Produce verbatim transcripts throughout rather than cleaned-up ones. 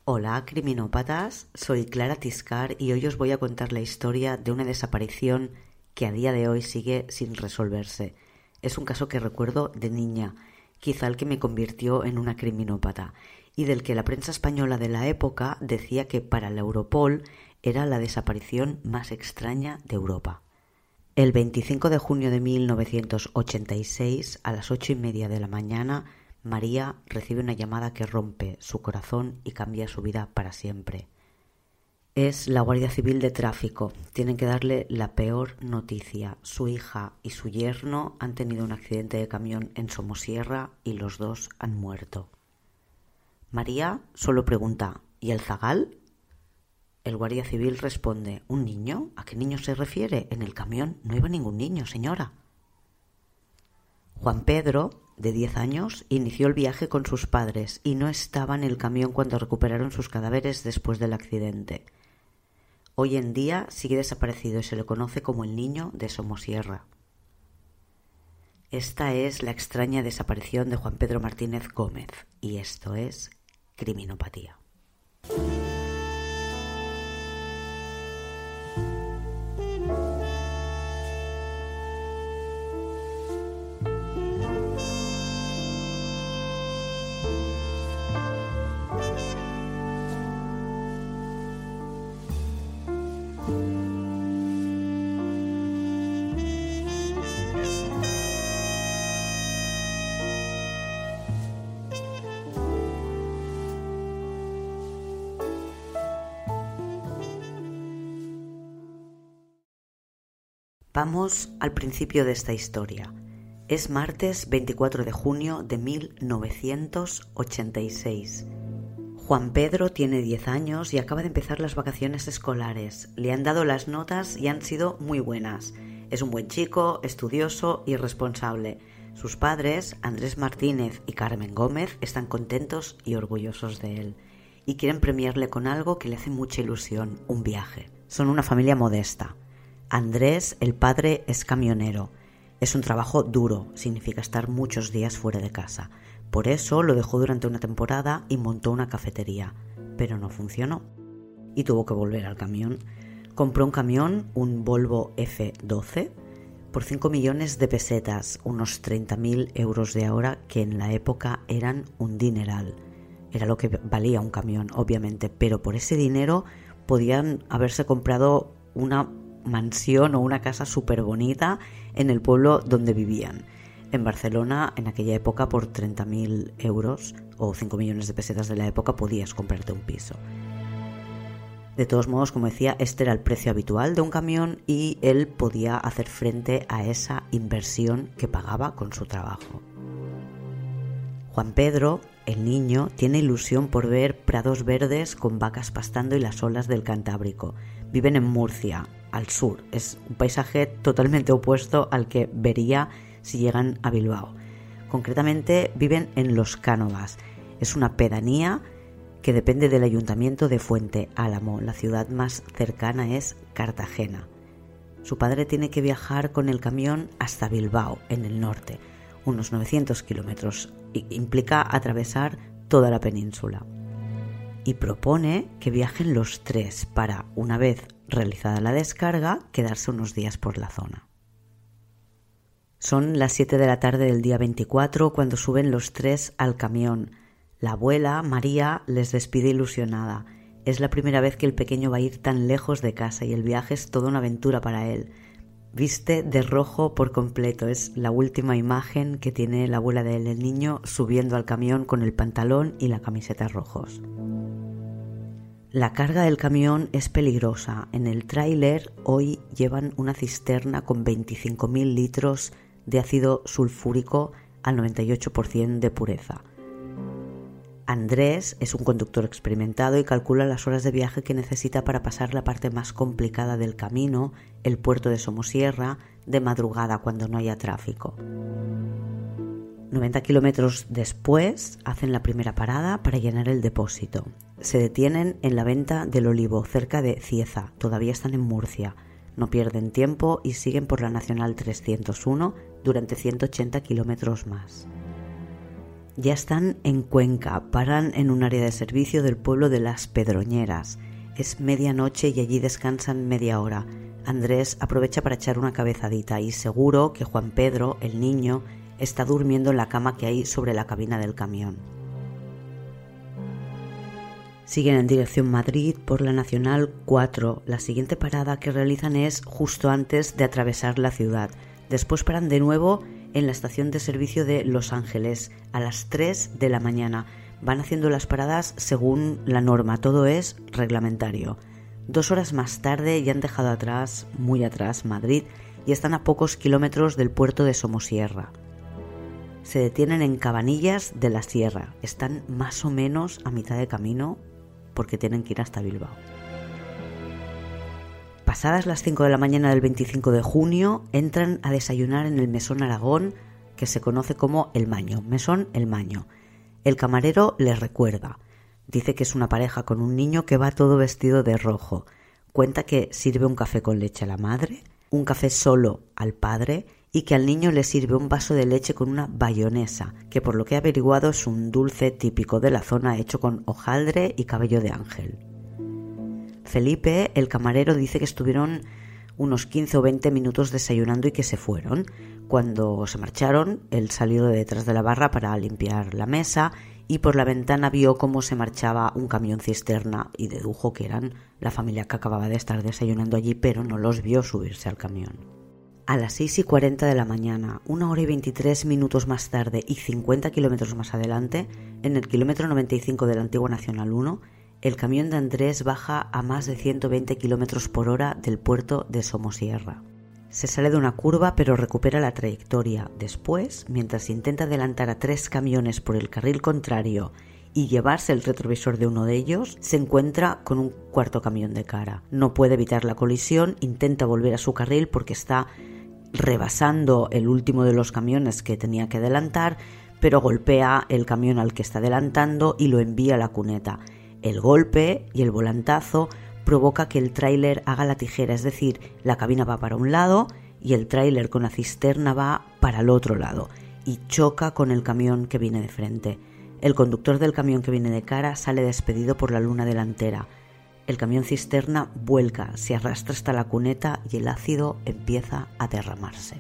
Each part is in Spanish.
Hola, criminópatas, soy Clara Tiscar y hoy os voy a contar la historia de una desaparición que a día de hoy sigue sin resolverse. Es un caso que recuerdo de niña, quizá el que me convirtió en una criminópata, y del que la prensa española de la época decía que para la Europol era la desaparición más extraña de Europa. El veinticinco de junio de mil novecientos ochenta y seis, a las ocho y media de la mañana, María recibe una llamada que rompe su corazón y cambia su vida para siempre. Es la Guardia Civil de Tráfico. Tienen que darle la peor noticia. Su hija y su yerno han tenido un accidente de camión en Somosierra y los dos han muerto. María solo pregunta: ¿y el zagal? El guardia civil responde: ¿un niño? ¿A qué niño se refiere? En el camión no iba ningún niño, señora. Juan Pedro, de diez años, inició el viaje con sus padres y no estaba en el camión cuando recuperaron sus cadáveres después del accidente. Hoy en día sigue desaparecido y se le conoce como el niño de Somosierra. Esta es la extraña desaparición de Juan Pedro Martínez Gómez y esto es Criminopatía. Vamos al principio de esta historia. Es martes veinticuatro de junio de mil novecientos ochenta y seis. Juan Pedro tiene diez años y acaba de empezar las vacaciones escolares. Le han dado las notas y han sido muy buenas. Es un buen chico, estudioso y responsable. Sus padres, Andrés Martínez y Carmen Gómez, están contentos y orgullosos de él y quieren premiarle con algo que le hace mucha ilusión: un viaje. Son una familia modesta. Andrés, el padre, es camionero. Es un trabajo duro, significa estar muchos días fuera de casa. Por eso lo dejó durante una temporada y montó una cafetería, pero no funcionó y tuvo que volver al camión. Compró un camión, un Volvo F doce, por cinco millones de pesetas, unos treinta mil euros de ahora, que en la época eran un dineral. Era lo que valía un camión, obviamente, pero por ese dinero podían haberse comprado una mansión o una casa súper bonita en el pueblo donde vivían. En Barcelona, en aquella época, por treinta mil euros o cinco millones de pesetas de la época, podías comprarte un piso. De todos modos, como decía, este era el precio habitual de un camión y él podía hacer frente a esa inversión que pagaba con su trabajo. Juan Pedro, el niño, tiene ilusión por ver prados verdes con vacas pastando y las olas del Cantábrico. Viven en Murcia, al sur. Es un paisaje totalmente opuesto al que vería si llegan a Bilbao. Concretamente viven en Los Cánovas. Es una pedanía que depende del ayuntamiento de Fuente Álamo. La ciudad más cercana es Cartagena. Su padre tiene que viajar con el camión hasta Bilbao, en el norte, unos novecientos kilómetros. Implica atravesar toda la península. Y propone que viajen los tres para, una vez realizada la descarga, quedarse unos días por la zona. Son las siete de la tarde del día veinticuatro cuando suben los tres al camión. La abuela, María, les despide ilusionada. Es la primera vez que el pequeño va a ir tan lejos de casa y el viaje es toda una aventura para él. Viste de rojo por completo. Es la última imagen que tiene la abuela de él, el niño subiendo al camión con el pantalón y la camiseta rojos. La carga del camión es peligrosa. En el tráiler hoy llevan una cisterna con veinticinco mil litros de ácido sulfúrico al noventa y ocho por ciento de pureza. Andrés es un conductor experimentado y calcula las horas de viaje que necesita para pasar la parte más complicada del camino, el puerto de Somosierra, de madrugada cuando no haya tráfico. noventa kilómetros después hacen la primera parada para llenar el depósito. Se detienen en la venta del Olivo, cerca de Cieza. Todavía están en Murcia. No pierden tiempo y siguen por la Nacional trescientos uno durante ciento ochenta kilómetros más. Ya están en Cuenca, paran en un área de servicio del pueblo de Las Pedroñeras. Es medianoche y allí descansan media hora. Andrés aprovecha para echar una cabezadita y seguro que Juan Pedro, el niño, está durmiendo en la cama que hay sobre la cabina del camión. Siguen en dirección Madrid por la Nacional cuatro. La siguiente parada que realizan es justo antes de atravesar la ciudad. Después paran de nuevo en la estación de servicio de Los Ángeles a las tres de la mañana. Van haciendo las paradas según la norma, todo es reglamentario. Dos horas más tarde ya han dejado atrás, muy atrás, Madrid y están a pocos kilómetros del puerto de Somosierra. Se detienen en Cabanillas de la Sierra, están más o menos a mitad de camino porque tienen que ir hasta Bilbao. Pasadas las cinco de la mañana del veinticinco de junio, entran a desayunar en el Mesón Aragón, que se conoce como El Maño, Mesón El Maño. El camarero les recuerda, dice que es una pareja con un niño que va todo vestido de rojo. Cuenta que sirve un café con leche a la madre, un café solo al padre y que al niño le sirve un vaso de leche con una bayonesa, que por lo que he averiguado es un dulce típico de la zona hecho con hojaldre y cabello de ángel. Felipe, el camarero, dice que estuvieron unos quince o veinte minutos desayunando y que se fueron. Cuando se marcharon, él salió de detrás de la barra para limpiar la mesa y por la ventana vio cómo se marchaba un camión cisterna y dedujo que eran la familia que acababa de estar desayunando allí, pero no los vio subirse al camión. A las seis y cuarenta de la mañana, una hora y veintitrés minutos más tarde y cincuenta kilómetros más adelante, en el kilómetro noventa y cinco de la antigua Nacional uno, el camión de Andrés baja a más de ciento veinte kilómetros por hora del puerto de Somosierra. Se sale de una curva pero recupera la trayectoria. Después, mientras intenta adelantar a tres camiones por el carril contrario y llevarse el retrovisor de uno de ellos, se encuentra con un cuarto camión de cara. No puede evitar la colisión, intenta volver a su carril porque está rebasando el último de los camiones que tenía que adelantar, pero golpea el camión al que está adelantando y lo envía a la cuneta. El golpe y el volantazo provoca que el tráiler haga la tijera, es decir, la cabina va para un lado y el tráiler con la cisterna va para el otro lado y choca con el camión que viene de frente. El conductor del camión que viene de cara sale despedido por la luna delantera. El camión cisterna vuelca, se arrastra hasta la cuneta y el ácido empieza a derramarse.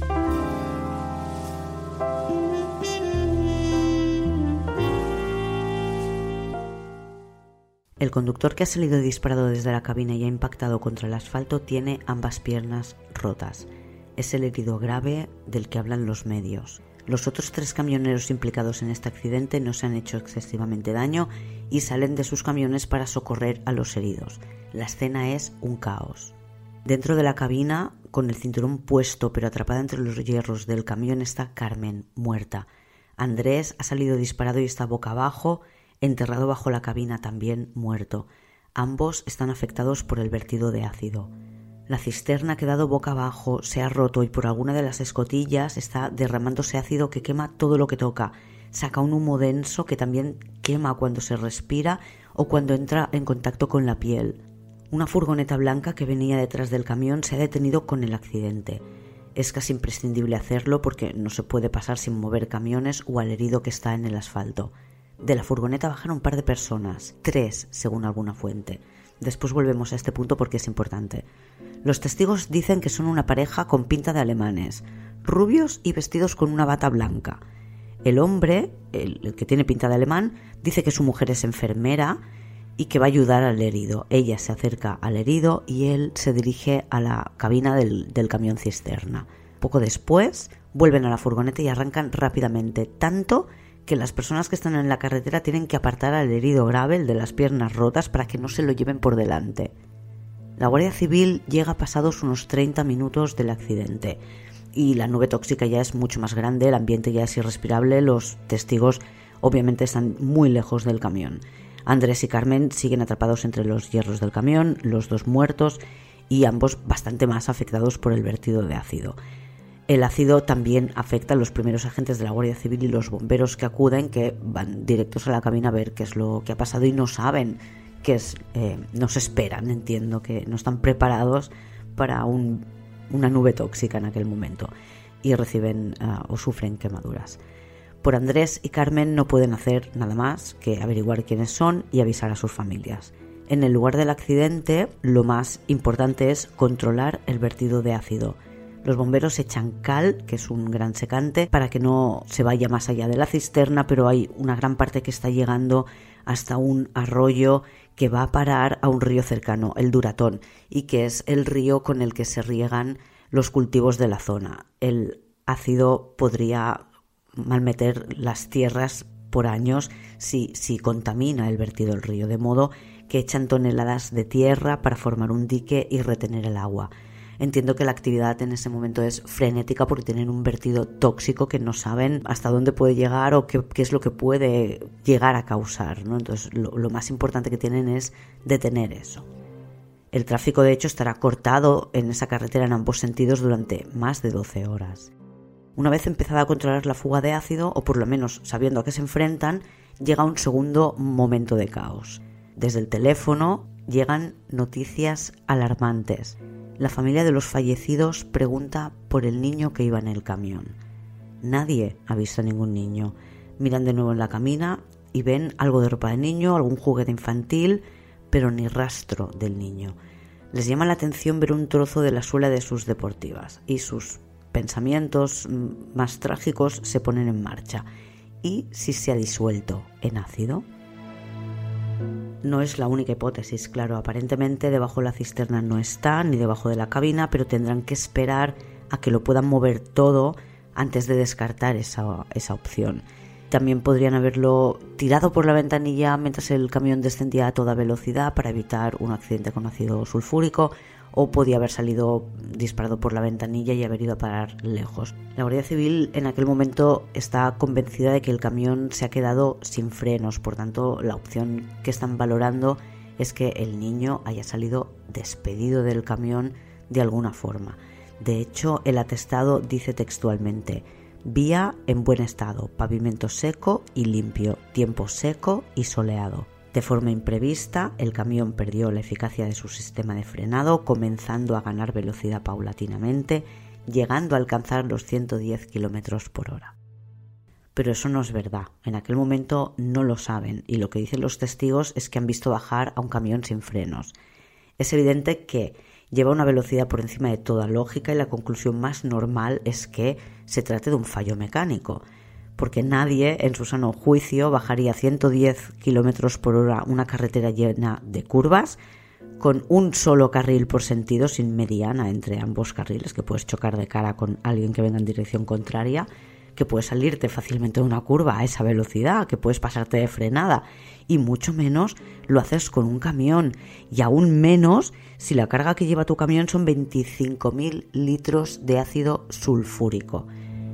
El conductor que ha salido disparado desde la cabina y ha impactado contra el asfalto tiene ambas piernas rotas. Es el herido grave del que hablan los medios. Los otros tres camioneros implicados en este accidente no se han hecho excesivamente daño y salen de sus camiones para socorrer a los heridos. La escena es un caos. Dentro de la cabina, con el cinturón puesto pero atrapada entre los hierros del camión, está Carmen, muerta. Andrés ha salido disparado y está boca abajo, enterrado bajo la cabina, también muerto. Ambos están afectados por el vertido de ácido. La cisterna ha quedado boca abajo, se ha roto y por alguna de las escotillas está derramándose ácido que quema todo lo que toca. Saca un humo denso que también quema cuando se respira o cuando entra en contacto con la piel. Una furgoneta blanca que venía detrás del camión se ha detenido con el accidente. Es casi imprescindible hacerlo porque no se puede pasar sin mover camiones o al herido que está en el asfalto. De la furgoneta bajaron un par de personas, tres según alguna fuente. Después volvemos a este punto porque es importante. Los testigos dicen que son una pareja con pinta de alemanes, rubios y vestidos con una bata blanca. El hombre, el, el que tiene pinta de alemán, dice que su mujer es enfermera y que va a ayudar al herido. Ella se acerca al herido y él se dirige a la cabina del, del camión cisterna. Poco después vuelven a la furgoneta y arrancan rápidamente, tanto que las personas que están en la carretera tienen que apartar al herido grave, el de las piernas rotas, para que no se lo lleven por delante. La Guardia Civil llega pasados unos treinta minutos del accidente y la nube tóxica ya es mucho más grande, el ambiente ya es irrespirable, los testigos obviamente están muy lejos del camión. Andrés y Carmen siguen atrapados entre los hierros del camión, los dos muertos y ambos bastante más afectados por el vertido de ácido. El ácido también afecta a los primeros agentes de la Guardia Civil y los bomberos que acuden, que van directos a la cabina a ver qué es lo que ha pasado y no saben qué es, eh, no se esperan, entiendo que no están preparados para un, una nube tóxica en aquel momento y reciben uh, o sufren quemaduras. Por Andrés y Carmen no pueden hacer nada más que averiguar quiénes son y avisar a sus familias. En el lugar del accidente, lo más importante es controlar el vertido de ácido. Los bomberos echan cal, que es un gran secante, para que no se vaya más allá de la cisterna, pero hay una gran parte que está llegando hasta un arroyo que va a parar a un río cercano, el Duratón, y que es el río con el que se riegan los cultivos de la zona. El ácido podría malmeter las tierras por años si, si contamina el vertido del río, de modo que echan toneladas de tierra para formar un dique y retener el agua. Entiendo que la actividad en ese momento es frenética porque tienen un vertido tóxico que no saben hasta dónde puede llegar o qué, qué es lo que puede llegar a causar, ¿no? Entonces lo, lo más importante que tienen es detener eso. El tráfico de hecho estará cortado en esa carretera en ambos sentidos durante más de doce horas. Una vez empezada a controlar la fuga de ácido, o por lo menos sabiendo a qué se enfrentan, llega un segundo momento de caos. Desde el teléfono llegan noticias alarmantes. La familia de los fallecidos pregunta por el niño que iba en el camión. Nadie ha visto a ningún niño. Miran de nuevo en la cabina y ven algo de ropa de niño, algún juguete infantil, pero ni rastro del niño. Les llama la atención ver un trozo de la suela de sus deportivas y sus pensamientos más trágicos se ponen en marcha. ¿Y si se ha disuelto en ácido? No es la única hipótesis, claro. Aparentemente debajo de la cisterna no está, ni debajo de la cabina, pero tendrán que esperar a que lo puedan mover todo antes de descartar esa, esa opción. También podrían haberlo tirado por la ventanilla mientras el camión descendía a toda velocidad para evitar un accidente con ácido sulfúrico, o podía haber salido disparado por la ventanilla y haber ido a parar lejos. La Guardia Civil en aquel momento está convencida de que el camión se ha quedado sin frenos, por tanto la opción que están valorando es que el niño haya salido despedido del camión de alguna forma. De hecho, el atestado dice textualmente: vía en buen estado, pavimento seco y limpio, tiempo seco y soleado. De forma imprevista, el camión perdió la eficacia de su sistema de frenado, comenzando a ganar velocidad paulatinamente, llegando a alcanzar los ciento diez kilómetros por hora. Pero eso no es verdad. En aquel momento no lo saben, y lo que dicen los testigos es que han visto bajar a un camión sin frenos. Es evidente que lleva una velocidad por encima de toda lógica y la conclusión más normal es que se trate de un fallo mecánico, porque nadie en su sano juicio bajaría a ciento diez kilómetros por hora una carretera llena de curvas con un solo carril por sentido, sin mediana entre ambos carriles, que puedes chocar de cara con alguien que venga en dirección contraria, que puedes salirte fácilmente de una curva a esa velocidad, que puedes pasarte de frenada, y mucho menos lo haces con un camión, y aún menos si la carga que lleva tu camión son veinticinco mil litros de ácido sulfúrico.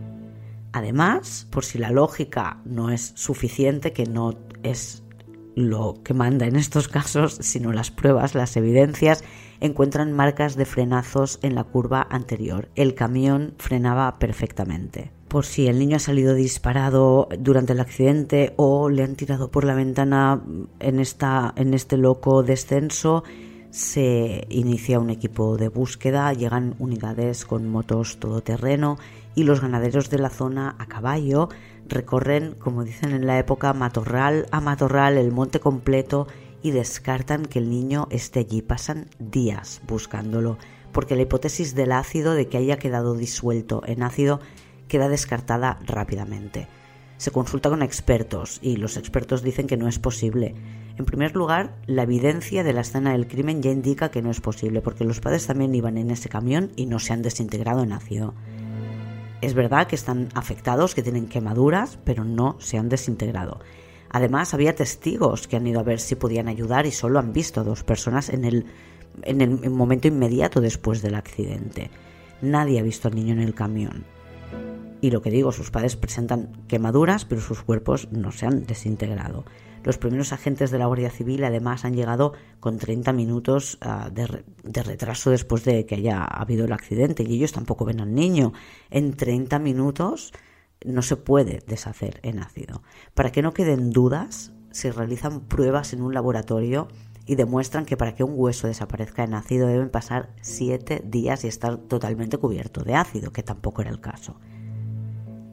Además, por si la lógica no es suficiente, que no es lo que manda en estos casos, sino las pruebas, las evidencias, encuentran marcas de frenazos en la curva anterior. El camión frenaba perfectamente. Por si el niño ha salido disparado durante el accidente o le han tirado por la ventana en, esta, en este loco descenso, se inicia un equipo de búsqueda, llegan unidades con motos todoterreno y los ganaderos de la zona a caballo recorren, como dicen en la época, matorral a matorral, el monte completo, y descartan que el niño esté allí. Pasan días buscándolo, porque la hipótesis del ácido, de que haya quedado disuelto en ácido, queda descartada rápidamente. Se consulta con expertos y los expertos dicen que no es posible. En primer lugar, la evidencia de la escena del crimen ya indica que no es posible, porque los padres también iban en ese camión y no se han desintegrado en ácido. Es verdad que están afectados, que tienen quemaduras, pero no se han desintegrado. Además, había testigos que han ido a ver si podían ayudar y solo han visto a dos personas en el, en el momento inmediato después del accidente. Nadie ha visto al niño en el camión. Y lo que digo, sus padres presentan quemaduras, pero sus cuerpos no se han desintegrado. Los primeros agentes de la Guardia Civil además han llegado con treinta minutos uh, de, re- de retraso después de que haya habido el accidente, y ellos tampoco ven al niño. En treinta minutos no se puede deshacer en ácido. Para que no queden dudas, se realizan pruebas en un laboratorio y demuestran que para que un hueso desaparezca en ácido deben pasar siete días y estar totalmente cubierto de ácido, que tampoco era el caso.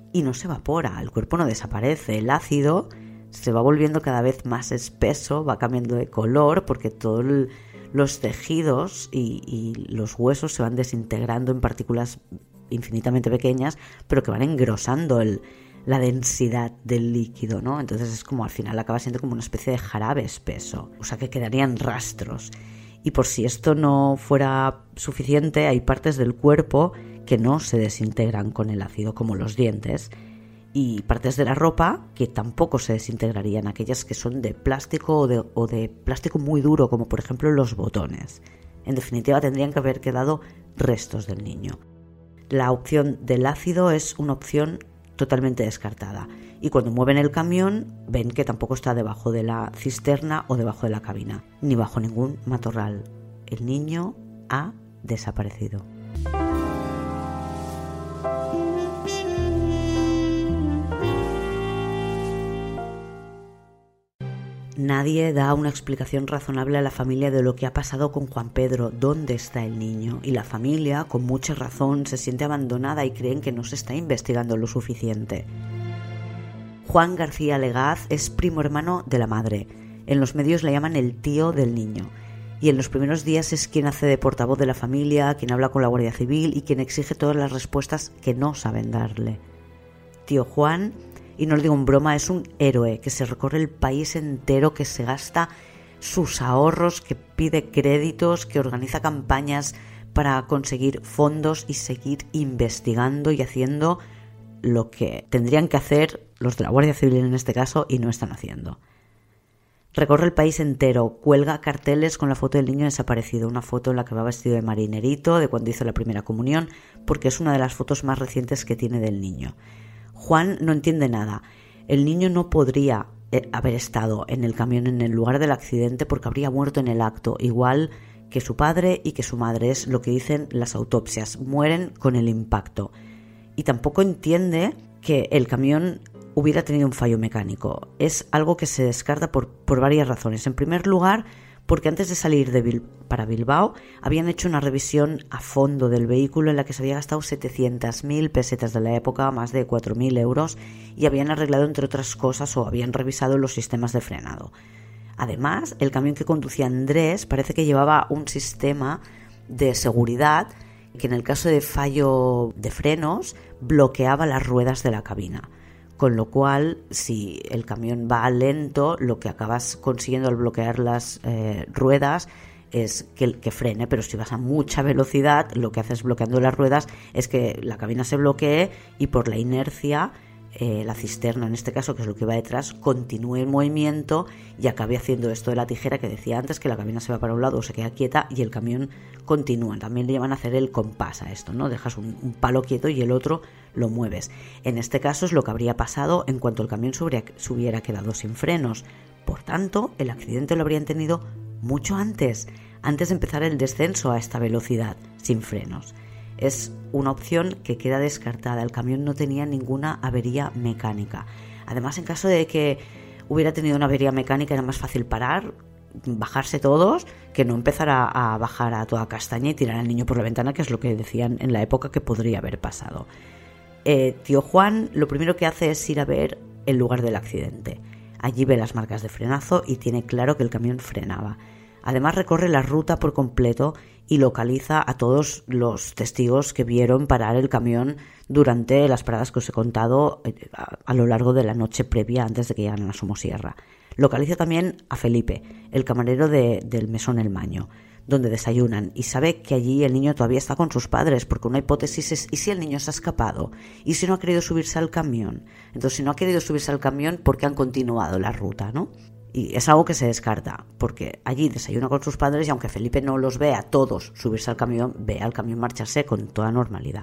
y no se evapora, el cuerpo no desaparece, el ácido se va volviendo cada vez más espeso, va cambiando de color porque todos los tejidos y, y los huesos se van desintegrando en partículas infinitamente pequeñas, pero que van engrosando el, la densidad del líquido, ¿no? Entonces es como al final acaba siendo como una especie de jarabe espeso, o sea que quedarían rastros. Y por si esto no fuera suficiente, hay partes del cuerpo que no se desintegran con el ácido, como los dientes, y partes de la ropa que tampoco se desintegrarían, aquellas que son de plástico o de, o de plástico muy duro, como por ejemplo los botones. En definitiva, tendrían que haber quedado restos del niño. La opción del ácido es una opción totalmente descartada, y cuando mueven el camión ven que tampoco está debajo de la cisterna o debajo de la cabina, ni bajo ningún matorral. El niño ha desaparecido. Nadie da una explicación razonable a la familia de lo que ha pasado con Juan Pedro, dónde está el niño, y la familia, con mucha razón, se siente abandonada y creen que no se está investigando lo suficiente. Juan García Legaz es primo hermano de la madre. En los medios le llaman el tío del niño, y en los primeros días es quien hace de portavoz de la familia, quien habla con la Guardia Civil y quien exige todas las respuestas que no saben darle. Tío Juan, y no lo digo en broma, es un héroe que se recorre el país entero, que se gasta sus ahorros, que pide créditos, que organiza campañas para conseguir fondos y seguir investigando y haciendo lo que tendrían que hacer los de la Guardia Civil en este caso y no están haciendo. Recorre el país entero, cuelga carteles con la foto del niño desaparecido, una foto en la que va vestido de marinerito, de cuando hizo la primera comunión, porque es una de las fotos más recientes que tiene del niño. Juan no entiende nada. El niño no podría eh, haber estado en el camión en el lugar del accidente porque habría muerto en el acto, igual que su padre y que su madre. Es lo que dicen las autopsias, mueren con el impacto. Y tampoco entiende que el camión hubiera tenido un fallo mecánico. Es algo que se descarta por, por varias razones. En primer lugar, porque antes de salir de Bil- para Bilbao habían hecho una revisión a fondo del vehículo en la que se había gastado setecientas mil pesetas de la época, más de cuatro mil euros, y habían arreglado, entre otras cosas, o habían revisado los sistemas de frenado. Además, el camión que conducía Andrés parece que llevaba un sistema de seguridad que en el caso de fallo de frenos bloqueaba las ruedas de la cabina. Con lo cual, si el camión va lento, lo que acabas consiguiendo al bloquear las eh, ruedas es que, que frene, pero si vas a mucha velocidad, lo que haces bloqueando las ruedas es que la cabina se bloquee y por la inercia eh, la cisterna, en este caso, que es lo que va detrás, continúe en movimiento y acabe haciendo esto de la tijera que decía antes, que la cabina se va para un lado o se queda quieta y el camión continúa. También le llaman a hacer el compás a esto, ¿no? Dejas un, un palo quieto y el otro lo mueves. En este caso es lo que habría pasado en cuanto el camión se hubiera, se hubiera quedado sin frenos. Por tanto, el accidente lo habrían tenido mucho antes, antes de empezar el descenso a esta velocidad, sin frenos. Es una opción que queda descartada. El camión no tenía ninguna avería mecánica. Además, en caso de que hubiera tenido una avería mecánica, era más fácil parar, bajarse todos, que no empezar a, a bajar a toda castaña y tirar al niño por la ventana, que es lo que decían en la época que podría haber pasado. Eh, tío Juan lo primero que hace es ir a ver el lugar del accidente. Allí ve las marcas de frenazo y tiene claro que el camión frenaba. Además, recorre la ruta por completo y localiza a todos los testigos que vieron parar el camión durante las paradas que os he contado a, a lo largo de la noche previa antes de que llegaran a Somosierra. Localiza también a Felipe, el camarero de, del Mesón El Maño, donde desayunan, y sabe que allí el niño todavía está con sus padres, porque una hipótesis es: ¿y si el niño se ha escapado? ¿Y si no ha querido subirse al camión? Entonces, si no ha querido subirse al camión, ¿por qué han continuado la ruta, no? Y es algo que se descarta, porque allí desayuna con sus padres y aunque Felipe no los ve a todos subirse al camión, ve al camión marcharse con toda normalidad.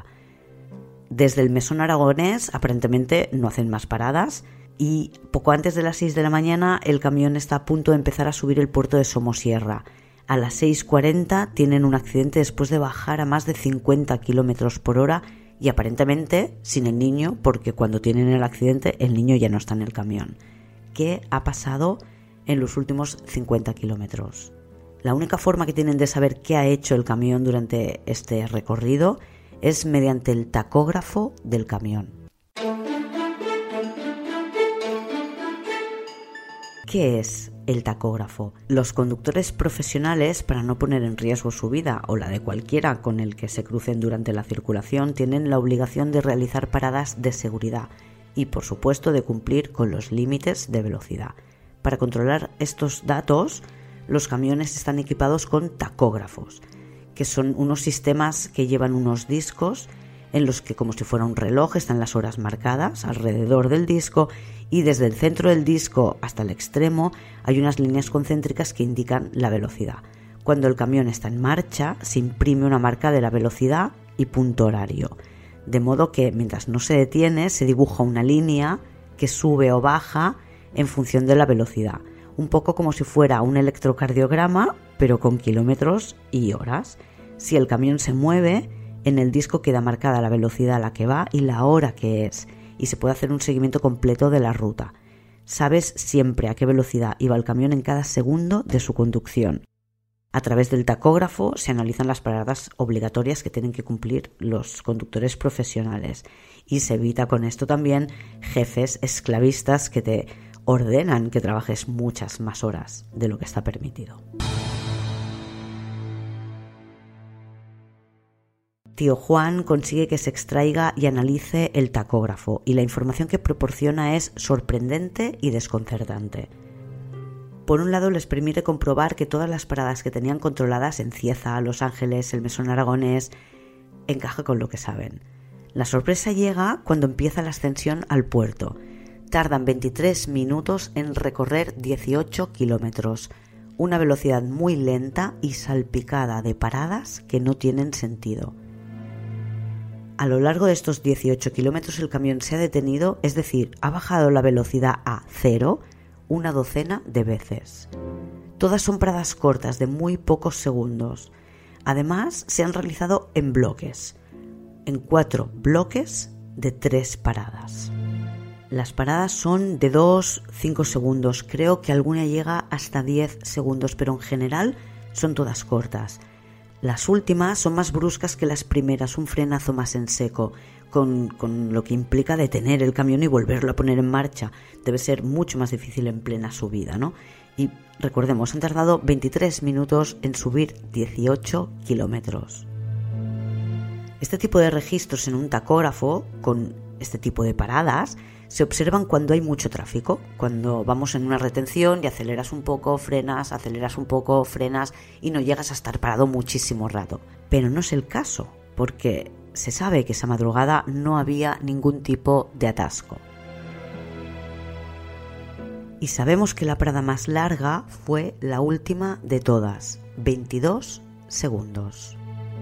Desde el Mesón Aragonés aparentemente no hacen más paradas y poco antes de las seis de la mañana el camión está a punto de empezar a subir el puerto de Somosierra. A las seis cuarenta tienen un accidente después de bajar a más de cincuenta kilómetros por hora y aparentemente sin el niño, porque cuando tienen el accidente el niño ya no está en el camión. ¿Qué ha pasado en los últimos cincuenta kilómetros? La única forma que tienen de saber qué ha hecho el camión durante este recorrido es mediante el tacógrafo del camión. ¿Qué es el tacógrafo? Los conductores profesionales, para no poner en riesgo su vida o la de cualquiera con el que se crucen durante la circulación, tienen la obligación de realizar paradas de seguridad y, por supuesto, de cumplir con los límites de velocidad. Para controlar estos datos, los camiones están equipados con tacógrafos, que son unos sistemas que llevan unos discos en los que, como si fuera un reloj, están las horas marcadas alrededor del disco, y desde el centro del disco hasta el extremo hay unas líneas concéntricas que indican la velocidad. Cuando el camión está en marcha, se imprime una marca de la velocidad y punto horario, de modo que mientras no se detiene se dibuja una línea que sube o baja en función de la velocidad, un poco como si fuera un electrocardiograma, pero con kilómetros y horas. Si el camión se mueve, en el disco queda marcada la velocidad a la que va y la hora que es, y se puede hacer un seguimiento completo de la ruta. Sabes siempre a qué velocidad iba el camión en cada segundo de su conducción. A través del tacógrafo se analizan las paradas obligatorias que tienen que cumplir los conductores profesionales, y se evita con esto también jefes esclavistas que te ordenan que trabajes muchas más horas de lo que está permitido. Tío Juan consigue que se extraiga y analice el tacógrafo, y la información que proporciona es sorprendente y desconcertante. Por un lado, les permite comprobar que todas las paradas que tenían controladas en Cieza, Los Ángeles, el Mesón Aragonés, encaja con lo que saben. La sorpresa llega cuando empieza la ascensión al puerto. Tardan veintitrés minutos en recorrer dieciocho kilómetros, una velocidad muy lenta y salpicada de paradas que no tienen sentido. A lo largo de estos dieciocho kilómetros el camión se ha detenido, es decir, ha bajado la velocidad a cero una docena de veces. Todas son paradas cortas de muy pocos segundos. Además, se han realizado en bloques, en cuatro bloques de tres paradas. Las paradas son de dos a cinco segundos, creo que alguna llega hasta diez segundos, pero en general son todas cortas. Las últimas son más bruscas que las primeras, un frenazo más en seco, con, con lo que implica detener el camión y volverlo a poner en marcha. Debe ser mucho más difícil en plena subida, ¿no? Y recordemos, han tardado veintitrés minutos en subir dieciocho kilómetros. Este tipo de registros en un tacógrafo, con este tipo de paradas, se observan cuando hay mucho tráfico, cuando vamos en una retención y aceleras un poco, frenas, aceleras un poco, frenas y no llegas a estar parado muchísimo rato. Pero no es el caso, porque se sabe que esa madrugada no había ningún tipo de atasco. Y sabemos que la parada más larga fue la última de todas, veintidós segundos.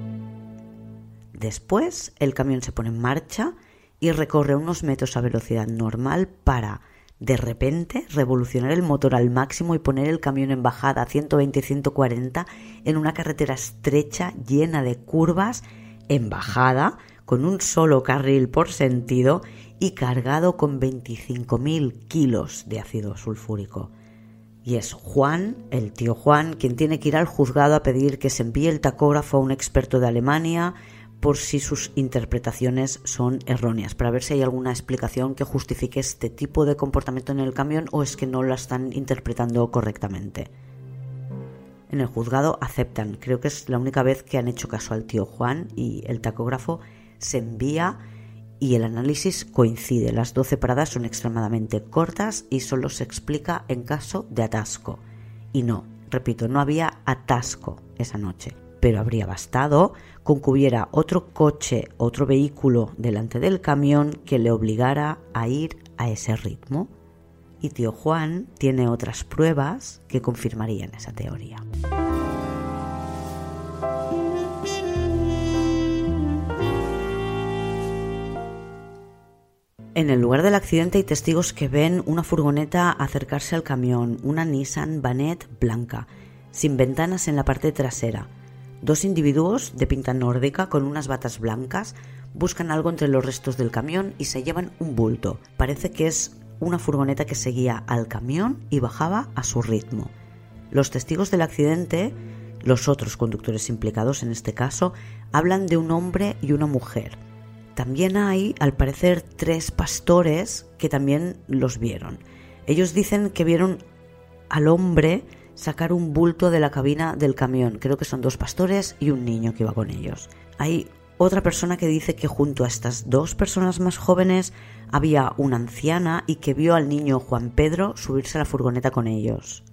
Después el camión se pone en marcha y recorre unos metros a velocidad normal para, de repente, revolucionar el motor al máximo y poner el camión en bajada a ciento veinte y ciento cuarenta en una carretera estrecha llena de curvas, en bajada, con un solo carril por sentido y cargado con veinticinco mil kilos de ácido sulfúrico. Y es Juan, el tío Juan, quien tiene que ir al juzgado a pedir que se envíe el tacógrafo a un experto de Alemania por si sus interpretaciones son erróneas, para ver si hay alguna explicación que justifique este tipo de comportamiento en el camión o es que no lo están interpretando correctamente. En el juzgado aceptan, creo que es la única vez que han hecho caso al tío Juan, y el tacógrafo se envía y el análisis coincide. Las doce paradas son extremadamente cortas y solo se explica en caso de atasco. Y no, repito, no había atasco esa noche, pero habría bastado con que hubiera otro coche, otro vehículo delante del camión que le obligara a ir a ese ritmo. Y tío Juan tiene otras pruebas que confirmarían esa teoría. En el lugar del accidente hay testigos que ven una furgoneta acercarse al camión, una Nissan Vanette blanca, sin ventanas en la parte trasera. Dos individuos de pinta nórdica con unas batas blancas buscan algo entre los restos del camión y se llevan un bulto. Parece que es una furgoneta que seguía al camión y bajaba a su ritmo. Los testigos del accidente, los otros conductores implicados en este caso, hablan de un hombre y una mujer. También hay, al parecer, tres pastores que también los vieron. Ellos dicen que vieron al hombre sacar un bulto de la cabina del camión. Creo que son dos pastores y un niño que iba con ellos. Hay otra persona que dice que junto a estas dos personas más jóvenes había una anciana y que vio al niño Juan Pedro subirse a la furgoneta con ellos.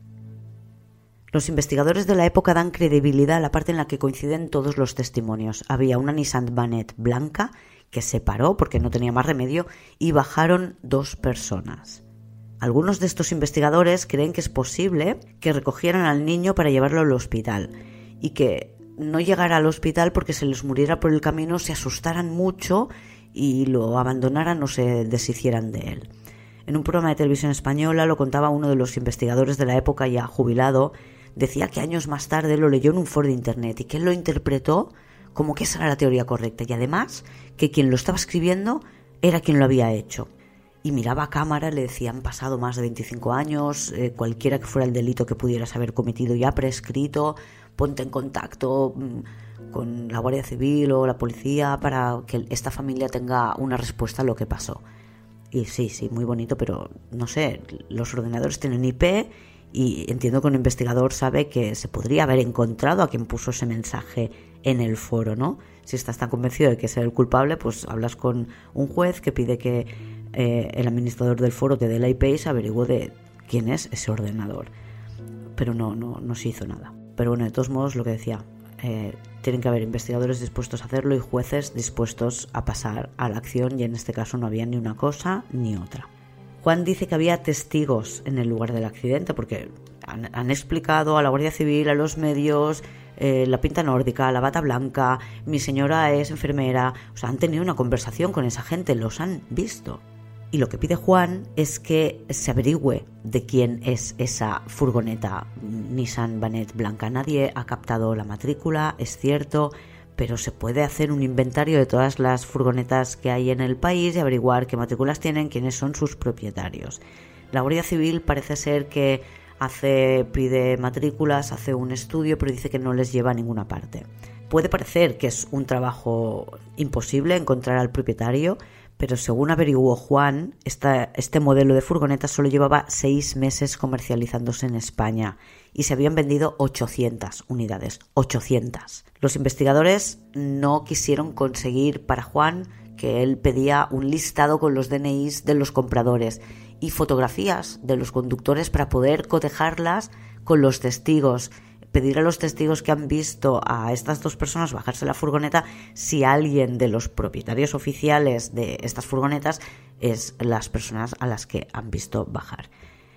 Los investigadores de la época dan credibilidad a la parte en la que coinciden todos los testimonios. Había una Nissan Vanette blanca que se paró porque no tenía más remedio y bajaron dos personas. Algunos de estos investigadores creen que es posible que recogieran al niño para llevarlo al hospital y que no llegara al hospital porque se les muriera por el camino, se asustaran mucho y lo abandonaran o se deshicieran de él. En un programa de televisión española lo contaba uno de los investigadores de la época ya jubilado. Decía que años más tarde lo leyó en un foro de internet y que él lo interpretó como que esa era la teoría correcta y además que quien lo estaba escribiendo era quien lo había hecho. Y miraba a cámara, le decía, han pasado más de veinticinco años, eh, cualquiera que fuera el delito que pudieras haber cometido ya prescrito, ponte en contacto mmm, con la Guardia Civil o la policía para que esta familia tenga una respuesta a lo que pasó. Y sí, sí, muy bonito, pero no sé, los ordenadores tienen I P y entiendo que un investigador sabe que se podría haber encontrado a quien puso ese mensaje en el foro, ¿no? Si estás tan convencido de que es el culpable, pues hablas con un juez que pide que eh, el administrador del foro te dé la I P y se averigüe de quién es ese ordenador. Pero no, no, no se hizo nada. Pero bueno, de todos modos, lo que decía, eh, tienen que haber investigadores dispuestos a hacerlo y jueces dispuestos a pasar a la acción, y en este caso no había ni una cosa ni otra. Juan dice que había testigos en el lugar del accidente porque han, han explicado a la Guardia Civil, a los medios, eh, la pinta nórdica, la bata blanca, mi señora es enfermera, o sea, han tenido una conversación con esa gente, los han visto. Y lo que pide Juan es que se averigüe de quién es esa furgoneta Nissan Vanette blanca. Nadie ha captado la matrícula, es cierto, pero se puede hacer un inventario de todas las furgonetas que hay en el país y averiguar qué matrículas tienen, quiénes son sus propietarios. La Guardia Civil parece ser que hace, pide matrículas, hace un estudio, pero dice que no les lleva a ninguna parte. Puede parecer que es un trabajo imposible encontrar al propietario, pero según averiguó Juan, esta, este modelo de furgoneta solo llevaba seis meses comercializándose en España y se habían vendido ochocientas unidades. ochocientas. Los investigadores no quisieron conseguir para Juan, que él pedía un listado con los D N Is de los compradores y fotografías de los conductores para poder cotejarlas con los testigos. Pedir a los testigos que han visto a estas dos personas bajarse la furgoneta si alguien de los propietarios oficiales de estas furgonetas es las personas a las que han visto bajar.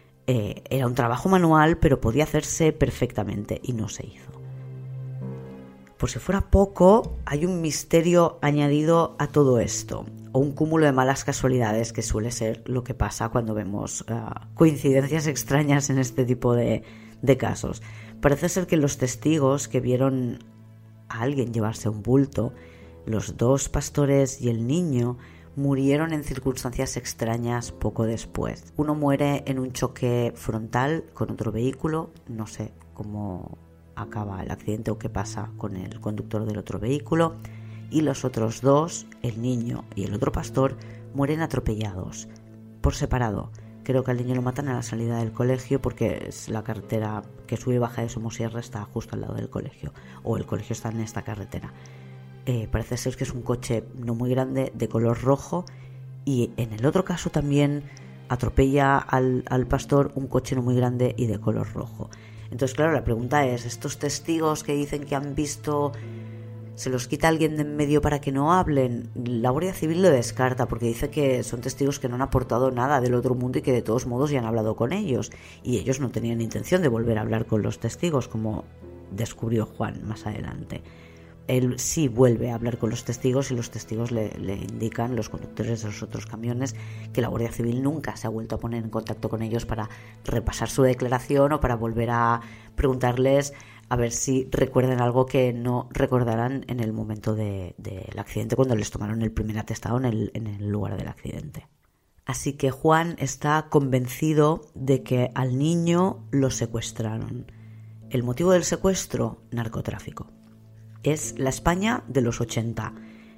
Eh, era un trabajo manual, pero podía hacerse perfectamente y no se hizo. Por si fuera poco, hay un misterio añadido a todo esto, o un cúmulo de malas casualidades, que suele ser lo que pasa cuando vemos uh, coincidencias extrañas en este tipo de, de casos. Parece ser que los testigos que vieron a alguien llevarse un bulto, los dos pastores y el niño, murieron en circunstancias extrañas poco después. Uno muere en un choque frontal con otro vehículo, no sé cómo acaba el accidente o qué pasa con el conductor del otro vehículo, y los otros dos, el niño y el otro pastor, mueren atropellados por separado. Creo que al niño lo matan a la salida del colegio porque es la carretera que sube y baja de Somosierra está justo al lado del colegio, o el colegio está en esta carretera. Eh, parece ser que es un coche no muy grande de color rojo, y en el otro caso también atropella al, al pastor un coche no muy grande y de color rojo. Entonces, claro, la pregunta es, ¿estos testigos que dicen que han visto, se los quita alguien de en medio para que no hablen? La Guardia Civil lo descarta porque dice que son testigos que no han aportado nada del otro mundo y que de todos modos ya han hablado con ellos, y ellos no tenían intención de volver a hablar con los testigos, como descubrió Juan más adelante. Él sí vuelve a hablar con los testigos y los testigos le, le indican, los conductores de los otros camiones, que la Guardia Civil nunca se ha vuelto a poner en contacto con ellos para repasar su declaración o para volver a preguntarles a ver si recuerdan algo que no recordarán en el momento de, del accidente, cuando les tomaron el primer atestado en el, en el lugar del accidente. Así que Juan está convencido de que al niño lo secuestraron. El motivo del secuestro, narcotráfico. Es la España de los ochenta.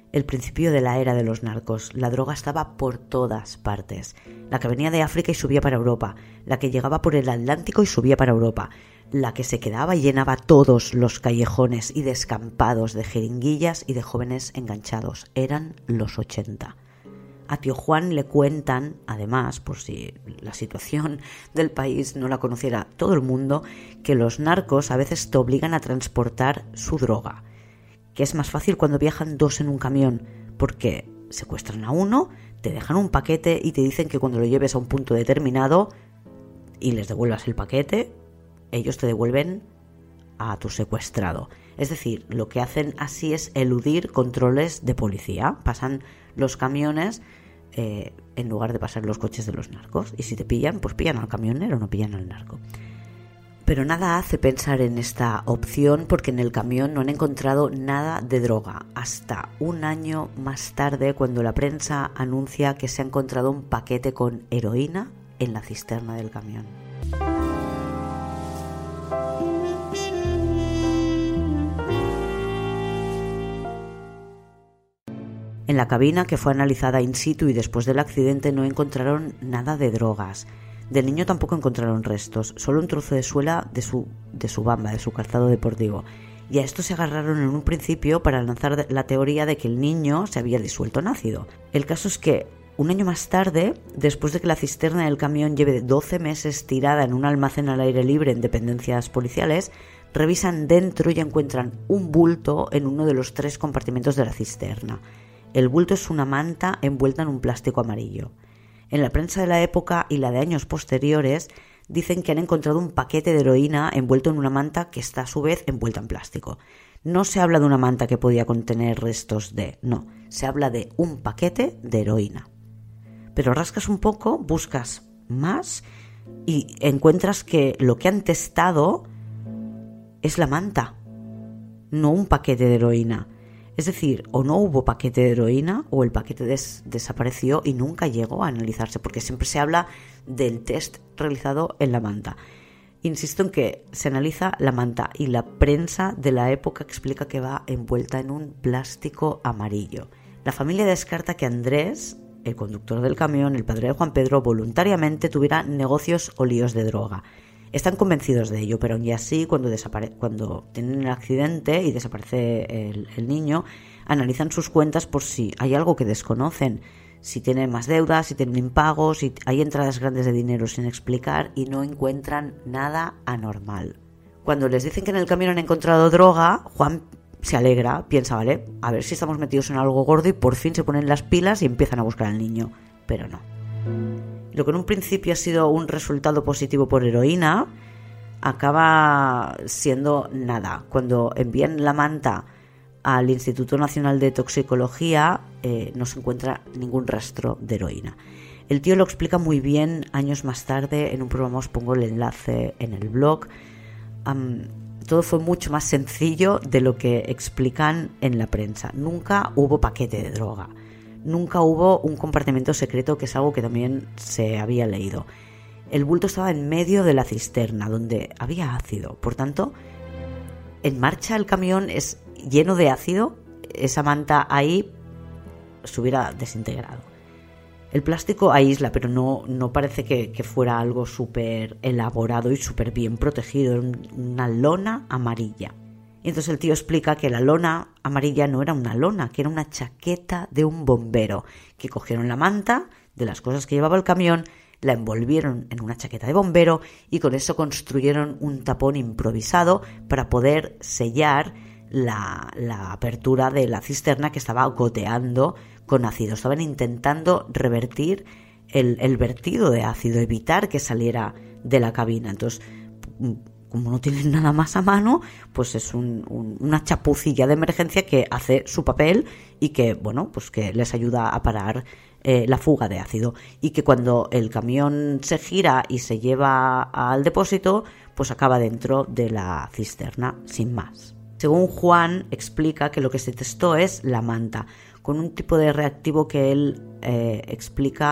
el principio de la era de los narcos. La droga estaba por todas partes. La que venía de África y subía para Europa, la que llegaba por el Atlántico y subía para Europa, la que se quedaba y llenaba todos los callejones y descampados de jeringuillas y de jóvenes enganchados. Eran los ochenta. A tío Juan le cuentan, además, por si la situación del país no la conociera todo el mundo, que los narcos a veces te obligan a transportar su droga, que es más fácil cuando viajan dos en un camión, porque secuestran a uno, te dejan un paquete y te dicen que cuando lo lleves a un punto determinado y les devuelvas el paquete, ellos te devuelven a tu secuestrado. Es decir, lo que hacen así es eludir controles de policía. Pasan los camiones eh, en lugar de pasar los coches de los narcos. Y si te pillan, pues pillan al camionero, no pillan al narco. Pero nada hace pensar en esta opción porque en el camión no han encontrado nada de droga. Hasta un año más tarde, cuando la prensa anuncia que se ha encontrado un paquete con heroína en la cisterna del camión. En la cabina, que fue analizada in situ y después del accidente, no encontraron nada de drogas. Del niño tampoco encontraron restos, solo un trozo de suela de su, de su bamba, de su calzado deportivo. Y a esto se agarraron en un principio para lanzar la teoría de que el niño se había disuelto en ácido. El caso es que un año más tarde, después de que la cisterna del camión lleve doce meses tirada en un almacén al aire libre en dependencias policiales, revisan dentro y encuentran un bulto en uno de los tres compartimentos de la cisterna. El bulto es una manta envuelta en un plástico amarillo. En la prensa de la época y la de años posteriores dicen que han encontrado un paquete de heroína envuelto en una manta que está a su vez envuelta en plástico. No se habla de una manta que podía contener restos de... No, se habla de un paquete de heroína. Pero rascas un poco, buscas más y encuentras que lo que han testado es la manta, no un paquete de heroína. Es decir, o no hubo paquete de heroína o el paquete des- desapareció y nunca llegó a analizarse, porque siempre se habla del test realizado en la manta. Insisto en que se analiza la manta y la prensa de la época explica que va envuelta en un plástico amarillo. La familia descarta que Andrés, el conductor del camión, el padre de Juan Pedro, voluntariamente tuviera negocios o líos de droga. Están convencidos de ello, pero aún así, cuando, desapare- cuando tienen el accidente y desaparece el, el niño, analizan sus cuentas por si hay algo que desconocen, si tienen más deudas, si tienen impagos, si hay entradas grandes de dinero sin explicar y no encuentran nada anormal. Cuando les dicen que en el camión han encontrado droga, Juan se alegra, piensa, vale, a ver si estamos metidos en algo gordo y por fin se ponen las pilas y empiezan a buscar al niño, pero no. Lo que en un principio ha sido un resultado positivo por heroína, acaba siendo nada. Cuando envían la manta al Instituto Nacional de Toxicología, eh, no se encuentra ningún rastro de heroína. El tío lo explica muy bien años más tarde, en un programa os pongo el enlace en el blog. Um, todo fue mucho más sencillo de lo que explican en la prensa. Nunca hubo paquete de droga. Nunca hubo un compartimento secreto, que es algo que también se había leído. El bulto estaba en medio de la cisterna, donde había ácido. Por tanto, en marcha el camión es lleno de ácido. Esa manta ahí se hubiera desintegrado. El plástico aísla, pero no, no parece que, que fuera algo súper elaborado y súper bien protegido. Era una lona amarilla. Y entonces el tío explica que la lona amarilla no era una lona, que era una chaqueta de un bombero, que cogieron la manta de las cosas que llevaba el camión, la envolvieron en una chaqueta de bombero y con eso construyeron un tapón improvisado para poder sellar la, la apertura de la cisterna que estaba goteando con ácido. Estaban intentando revertir el, el vertido de ácido, evitar que saliera de la cabina. Entonces, como no tienen nada más a mano, pues es un, un, una chapucilla de emergencia que hace su papel y que, bueno, pues que les ayuda a parar eh, la fuga de ácido. Y que cuando el camión se gira y se lleva al depósito, pues acaba dentro de la cisterna, sin más. Según Juan, explica que lo que se testó es la manta, con un tipo de reactivo que él eh, explica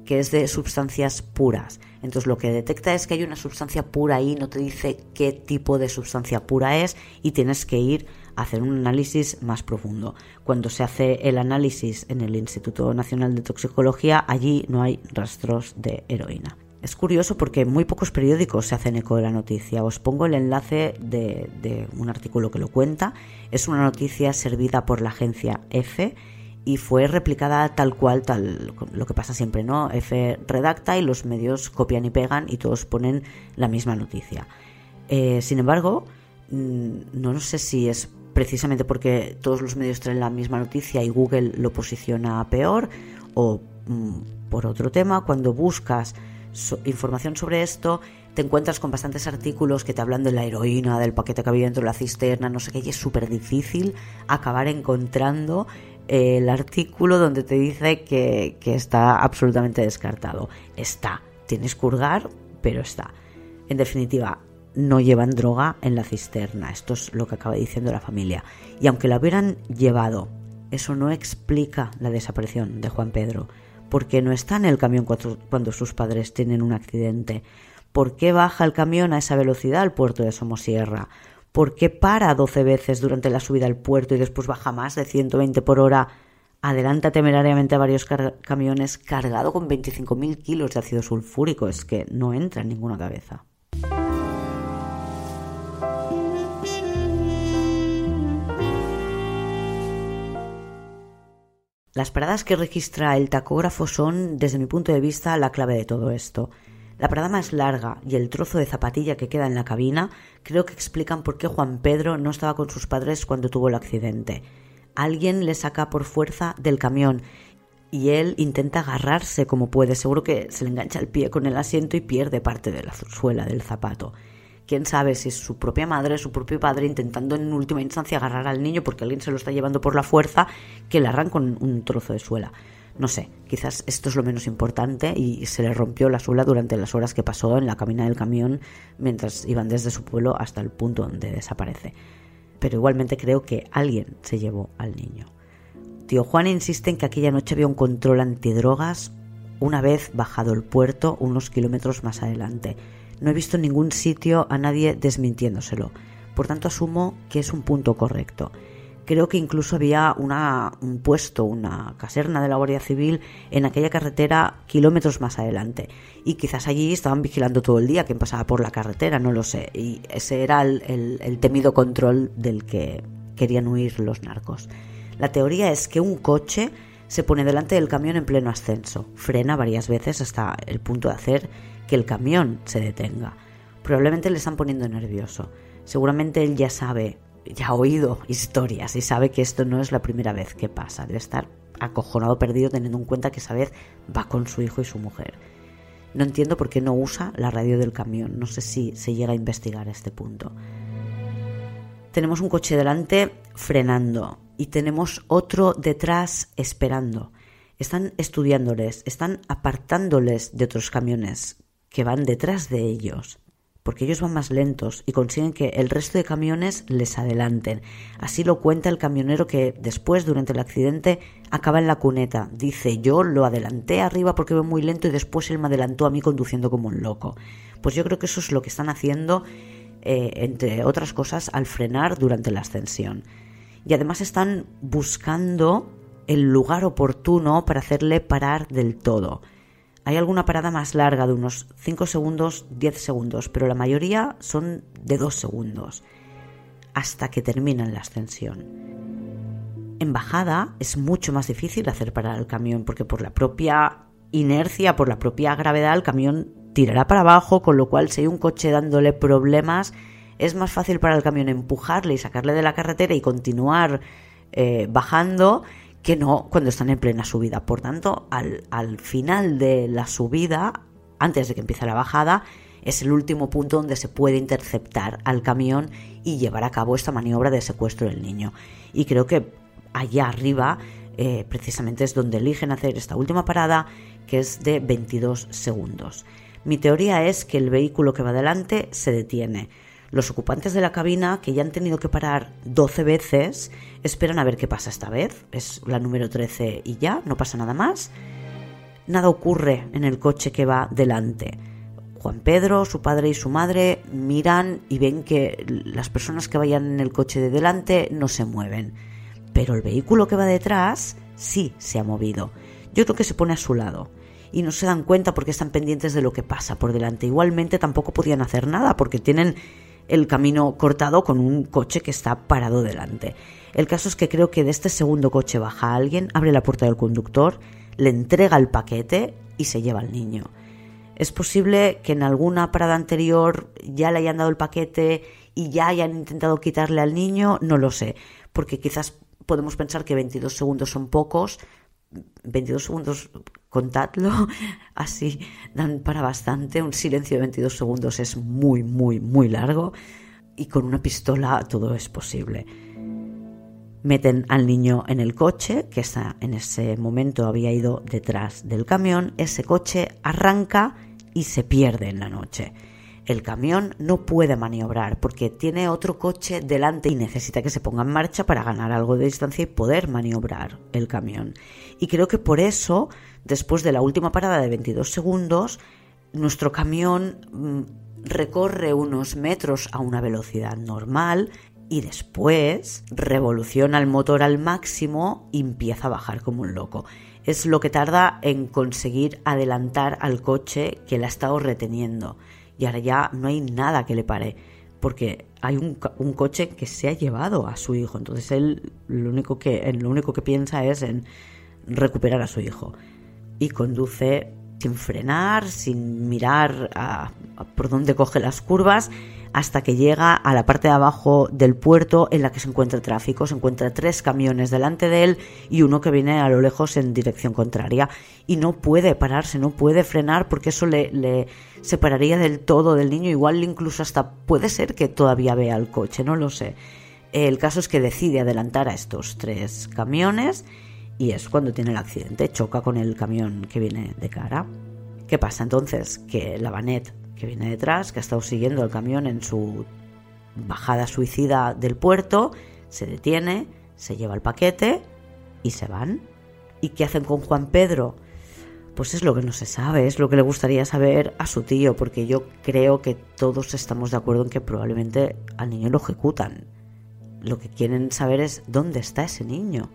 que es de sustancias puras. Entonces lo que detecta es que hay una sustancia pura ahí, no te dice qué tipo de sustancia pura es y tienes que ir a hacer un análisis más profundo. Cuando se hace el análisis en el Instituto Nacional de Toxicología, allí no hay rastros de heroína. Es curioso porque muy pocos periódicos se hacen eco de la noticia. Os pongo el enlace de, de un artículo que lo cuenta. Es una noticia servida por la agencia EFE y fue replicada tal cual, tal lo que pasa siempre, ¿no? EFE redacta y los medios copian y pegan y todos ponen la misma noticia. Eh, sin embargo, no sé si es precisamente porque todos los medios traen la misma noticia y Google lo posiciona peor o mm, por otro tema. Cuando buscas so- información sobre esto, te encuentras con bastantes artículos que te hablan de la heroína, del paquete que había dentro de la cisterna, no sé qué, y es súper difícil acabar encontrando eh, el artículo donde te dice que, que está absolutamente descartado. Está, tienes que hurgar, pero está. En definitiva, no llevan droga en la cisterna. Esto es lo que acaba diciendo la familia. Y aunque la hubieran llevado, eso no explica la desaparición de Juan Pedro. ¿Por qué no está en el camión cuando, cuando sus padres tienen un accidente? ¿Por qué baja el camión a esa velocidad al puerto de Somosierra? ¿Por qué para doce veces durante la subida al puerto y después baja más de ciento veinte por hora? Adelanta temerariamente a varios car- camiones cargado con veinticinco mil kilos de ácido sulfúrico. Es que no entra en ninguna cabeza. Las paradas que registra el tacógrafo son, desde mi punto de vista, la clave de todo esto. La parada más larga y el trozo de zapatilla que queda en la cabina creo que explican por qué Juan Pedro no estaba con sus padres cuando tuvo el accidente. Alguien le saca por fuerza del camión y él intenta agarrarse como puede. Seguro que se le engancha el pie con el asiento y pierde parte de la suela del zapato. Quién sabe si es su propia madre, su propio padre intentando en última instancia agarrar al niño porque alguien se lo está llevando por la fuerza, que le arranca un, un trozo de suela. No sé, quizás esto es lo menos importante y se le rompió la suela durante las horas que pasó en la cabina del camión mientras iban desde su pueblo hasta el punto donde desaparece. Pero igualmente creo que alguien se llevó al niño. Tío Juan insiste en que aquella noche había un control antidrogas una vez bajado el puerto unos kilómetros más adelante. No he visto en ningún sitio a nadie desmintiéndoselo, por tanto asumo que es un punto correcto. Creo que incluso había una, un puesto, una caserna de la Guardia Civil en aquella carretera kilómetros más adelante. Y quizás allí estaban vigilando todo el día quién pasaba por la carretera, no lo sé. Y ese era el, el, el temido control del que querían huir los narcos. La teoría es que un coche se pone delante del camión en pleno ascenso, frena varias veces hasta el punto de hacer que el camión se detenga. Probablemente le están poniendo nervioso. Seguramente él ya sabe, ya ha oído historias y sabe que esto no es la primera vez que pasa. Debe estar acojonado, perdido, teniendo en cuenta que esa vez va con su hijo y su mujer. No entiendo por qué no usa la radio del camión. No sé si se llega a investigar este punto. Tenemos un coche delante frenando y tenemos otro detrás esperando. Están estudiándoles, están apartándoles de otros camiones que van detrás de ellos, porque ellos van más lentos y consiguen que el resto de camiones les adelanten. Así lo cuenta el camionero que después, durante el accidente, acaba en la cuneta. Dice, yo lo adelanté arriba porque iba muy lento y después él me adelantó a mí conduciendo como un loco. Pues yo creo que eso es lo que están haciendo, eh, entre otras cosas, al frenar durante la ascensión. Y además están buscando el lugar oportuno para hacerle parar del todo. Hay alguna parada más larga de unos cinco segundos, diez segundos, pero la mayoría son de dos segundos, hasta que terminan la ascensión. En bajada es mucho más difícil hacer parar el camión, porque por la propia inercia, por la propia gravedad, el camión tirará para abajo, con lo cual si hay un coche dándole problemas, es más fácil para el camión empujarle y sacarle de la carretera y continuar eh, bajando, que no cuando están en plena subida. Por tanto, al, al final de la subida, antes de que empiece la bajada, es el último punto donde se puede interceptar al camión y llevar a cabo esta maniobra de secuestro del niño. Y creo que allá arriba eh, precisamente es donde eligen hacer esta última parada, que es de veintidós segundos. Mi teoría es que el vehículo que va adelante se detiene. Los ocupantes de la cabina, que ya han tenido que parar doce veces, esperan a ver qué pasa esta vez. Es la número trece y ya, no pasa nada más. nada ocurre en el coche que va delante. Juan Pedro, su padre y su madre miran y ven que las personas que vayan en el coche de delante no se mueven, pero el vehículo que va detrás sí se ha movido. Yo creo que se pone a su lado y no se dan cuenta porque están pendientes de lo que pasa por delante. Igualmente tampoco podían hacer nada porque tienen el camino cortado con un coche que está parado delante. El caso es que creo que de este segundo coche baja alguien, abre la puerta del conductor, le entrega el paquete y se lleva al niño. Es posible que en alguna parada anterior ya le hayan dado el paquete y ya hayan intentado quitarle al niño, no lo sé, porque quizás podemos pensar que veintidós segundos son pocos, veintidós segundos, contadlo, así dan para bastante, un silencio de veintidós segundos es muy, muy, muy largo y con una pistola todo es posible. Meten al niño en el coche, que está, en ese momento había ido detrás del camión. Ese coche arranca y se pierde en la noche. El camión no puede maniobrar porque tiene otro coche delante y necesita que se ponga en marcha para ganar algo de distancia y poder maniobrar el camión. Y creo que por eso, después de la última parada de veintidós segundos, nuestro camión mmm, recorre unos metros a una velocidad normal y después revoluciona el motor al máximo y empieza a bajar como un loco. Es lo que tarda en conseguir adelantar al coche que la ha estado reteniendo. Y ahora ya no hay nada que le pare, porque hay un, un coche que se ha llevado a su hijo. Entonces él lo único que, lo único que piensa es en recuperar a su hijo. Y conduce sin frenar, sin mirar a, a por dónde coge las curvas, hasta que llega a la parte de abajo del puerto en la que se encuentra el tráfico. Se encuentra tres camiones delante de él y uno que viene a lo lejos en dirección contraria. Y no puede pararse, no puede frenar porque eso le, le separaría del todo del niño. Igual incluso hasta puede ser que todavía vea el coche, no lo sé. El caso es que decide adelantar a estos tres camiones y es cuando tiene el accidente. Choca con el camión que viene de cara. ¿Qué pasa entonces? Que la vanette que viene detrás, que ha estado siguiendo el camión en su bajada suicida del puerto, se detiene, se lleva el paquete y se van. ¿Y qué hacen con Juan Pedro? Pues es lo que no se sabe, es lo que le gustaría saber a su tío, porque yo creo que todos estamos de acuerdo en que probablemente al niño lo ejecutan. Lo que quieren saber es dónde está ese niño.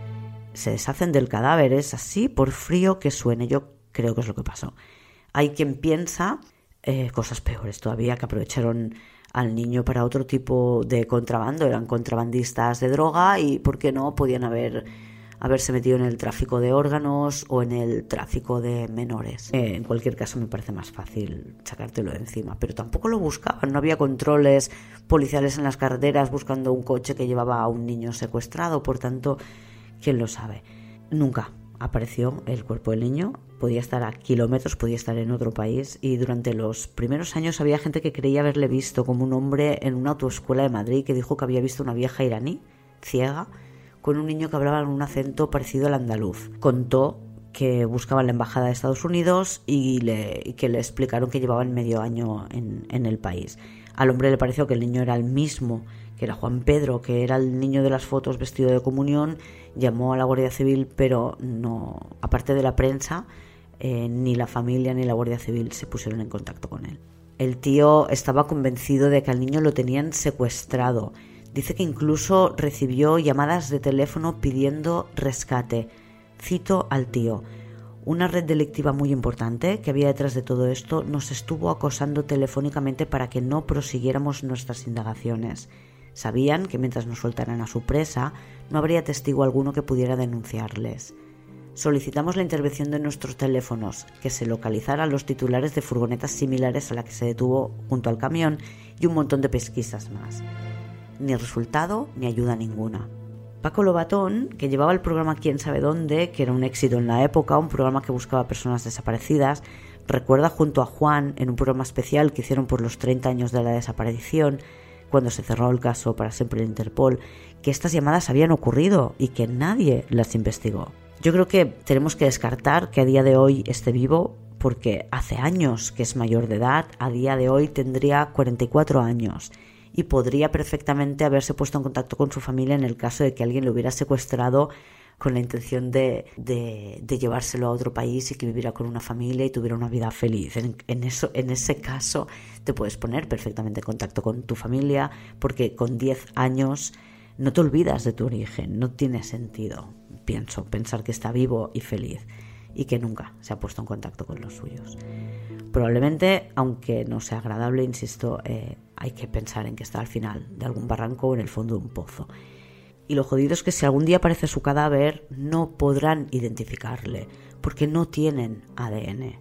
Se deshacen del cadáver, es así por frío que suene, yo creo que es lo que pasó. Hay quien piensa Eh, cosas peores todavía, que aprovecharon al niño para otro tipo de contrabando, eran contrabandistas de droga y, ¿por qué no?, podían haber haberse metido en el tráfico de órganos o en el tráfico de menores. Eh, en cualquier caso me parece más fácil sacártelo de encima, pero tampoco lo buscaban, no había controles policiales en las carreteras buscando un coche que llevaba a un niño secuestrado, por tanto, ¿quién lo sabe? Nunca apareció el cuerpo del niño, podía estar a kilómetros, podía estar en otro país y durante los primeros años había gente que creía haberle visto como un hombre en una autoescuela de Madrid que dijo que había visto una vieja iraní, ciega, con un niño que hablaba en un acento parecido al andaluz. Contó que buscaban la embajada de Estados Unidos y, le, y que le explicaron que llevaban medio año en, en el país. Al hombre le pareció que el niño era el mismo, que era Juan Pedro, que era el niño de las fotos vestido de comunión. Llamó a la Guardia Civil, pero no, aparte de la prensa, eh, ni la familia ni la Guardia Civil se pusieron en contacto con él. El tío estaba convencido de que al niño lo tenían secuestrado. Dice que incluso recibió llamadas de teléfono pidiendo rescate. Cito al tío: una red delictiva muy importante que había detrás de todo esto nos estuvo acosando telefónicamente para que no prosiguiéramos nuestras indagaciones. Sabían que mientras nos soltaran a su presa no habría testigo alguno que pudiera denunciarles. Solicitamos la intervención de nuestros teléfonos, que se localizaran los titulares de furgonetas similares a la que se detuvo junto al camión y un montón de pesquisas más. Ni resultado ni ayuda ninguna. Paco Lobatón, que llevaba el programa Quién sabe dónde, que era un éxito en la época, un programa que buscaba personas desaparecidas, recuerda junto a Juan en un programa especial que hicieron por los treinta años de la desaparición, cuando se cerró el caso para siempre en Interpol, que estas llamadas habían ocurrido y que nadie las investigó. Yo creo que tenemos que descartar que a día de hoy esté vivo, porque hace años que es mayor de edad, a día de hoy tendría cuarenta y cuatro años y podría perfectamente haberse puesto en contacto con su familia en el caso de que alguien lo hubiera secuestrado con la intención de, de, de llevárselo a otro país y que viviera con una familia y tuviera una vida feliz. En, en, eso, en ese caso te puedes poner perfectamente en contacto con tu familia, porque con diez años no te olvidas de tu origen, no tiene sentido, pienso, pensar que está vivo y feliz y que nunca se ha puesto en contacto con los suyos. Probablemente, aunque no sea agradable, insisto, eh, hay que pensar en que está al final de algún barranco o en el fondo de un pozo. Y lo jodido es que si algún día aparece su cadáver, no podrán identificarle, porque no tienen A D N.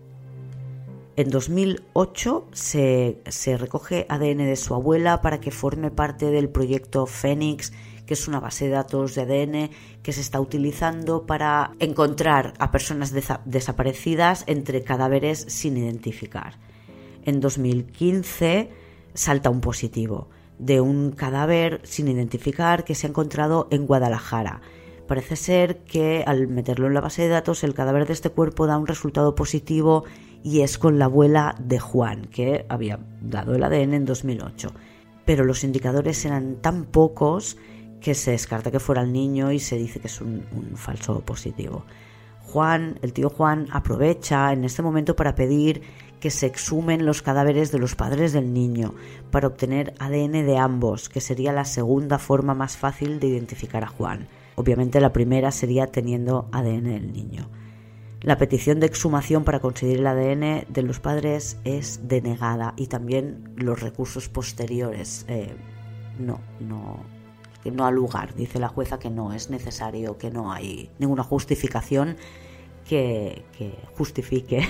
En dos mil ocho se, se recoge A D N de su abuela para que forme parte del proyecto Fénix, que es una base de datos de A D N que se está utilizando para encontrar a personas desa- desaparecidas entre cadáveres sin identificar. En dos mil quince salta un positivo de un cadáver sin identificar que se ha encontrado en Guadalajara. Parece ser que al meterlo en la base de datos el cadáver de este cuerpo da un resultado positivo y es con la abuela de Juan, que había dado el A D N en dos mil ocho. Pero los indicadores eran tan pocos que se descarta que fuera el niño y se dice que es un, un falso positivo. Juan, el tío Juan, aprovecha en este momento para pedir que se exhumen los cadáveres de los padres del niño para obtener A D N de ambos, que sería la segunda forma más fácil de identificar a Juan. Obviamente la primera sería teniendo A D N del niño. La petición de exhumación para conseguir el A D N de los padres es denegada y también los recursos posteriores. Eh, no, no, que no ha lugar. Dice la jueza que no es necesario, que no hay ninguna justificación que, que justifique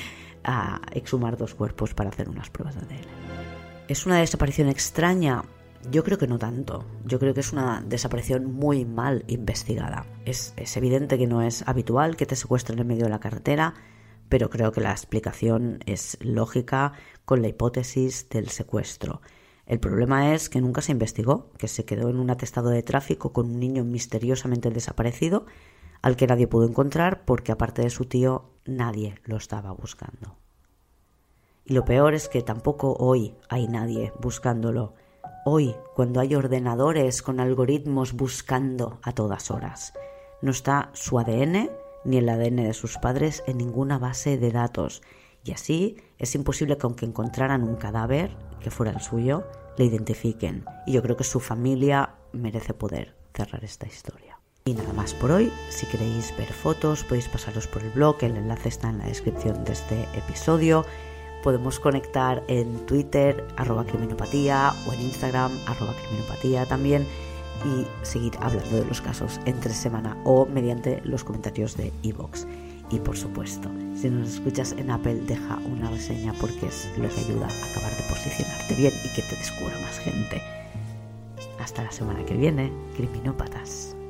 a exhumar dos cuerpos para hacer unas pruebas de A D N. ¿Es una desaparición extraña? Yo creo que no tanto. Yo creo que es una desaparición muy mal investigada. Es, es evidente que no es habitual que te secuestren en medio de la carretera, pero creo que la explicación es lógica con la hipótesis del secuestro. El problema es que nunca se investigó, que se quedó en un atestado de tráfico con un niño misteriosamente desaparecido, al que nadie pudo encontrar porque aparte de su tío nadie lo estaba buscando. Y lo peor es que tampoco hoy hay nadie buscándolo. Hoy, cuando hay ordenadores con algoritmos buscando a todas horas, no está su A D N ni el A D N de sus padres en ninguna base de datos. Y así es imposible que aunque encontraran un cadáver que fuera el suyo, le identifiquen. Y yo creo que su familia merece poder cerrar esta historia. Y nada más por hoy. Si queréis ver fotos, podéis pasaros por el blog. El enlace está en la descripción de este episodio. Podemos conectar en Twitter, arroba criminopatía, o en Instagram, arroba criminopatía también, y seguir hablando de los casos entre semana o mediante los comentarios de iVoox. Y por supuesto, si nos escuchas en Apple, deja una reseña porque es lo que ayuda a acabar de posicionarte bien y que te descubra más gente. Hasta la semana que viene, criminópatas.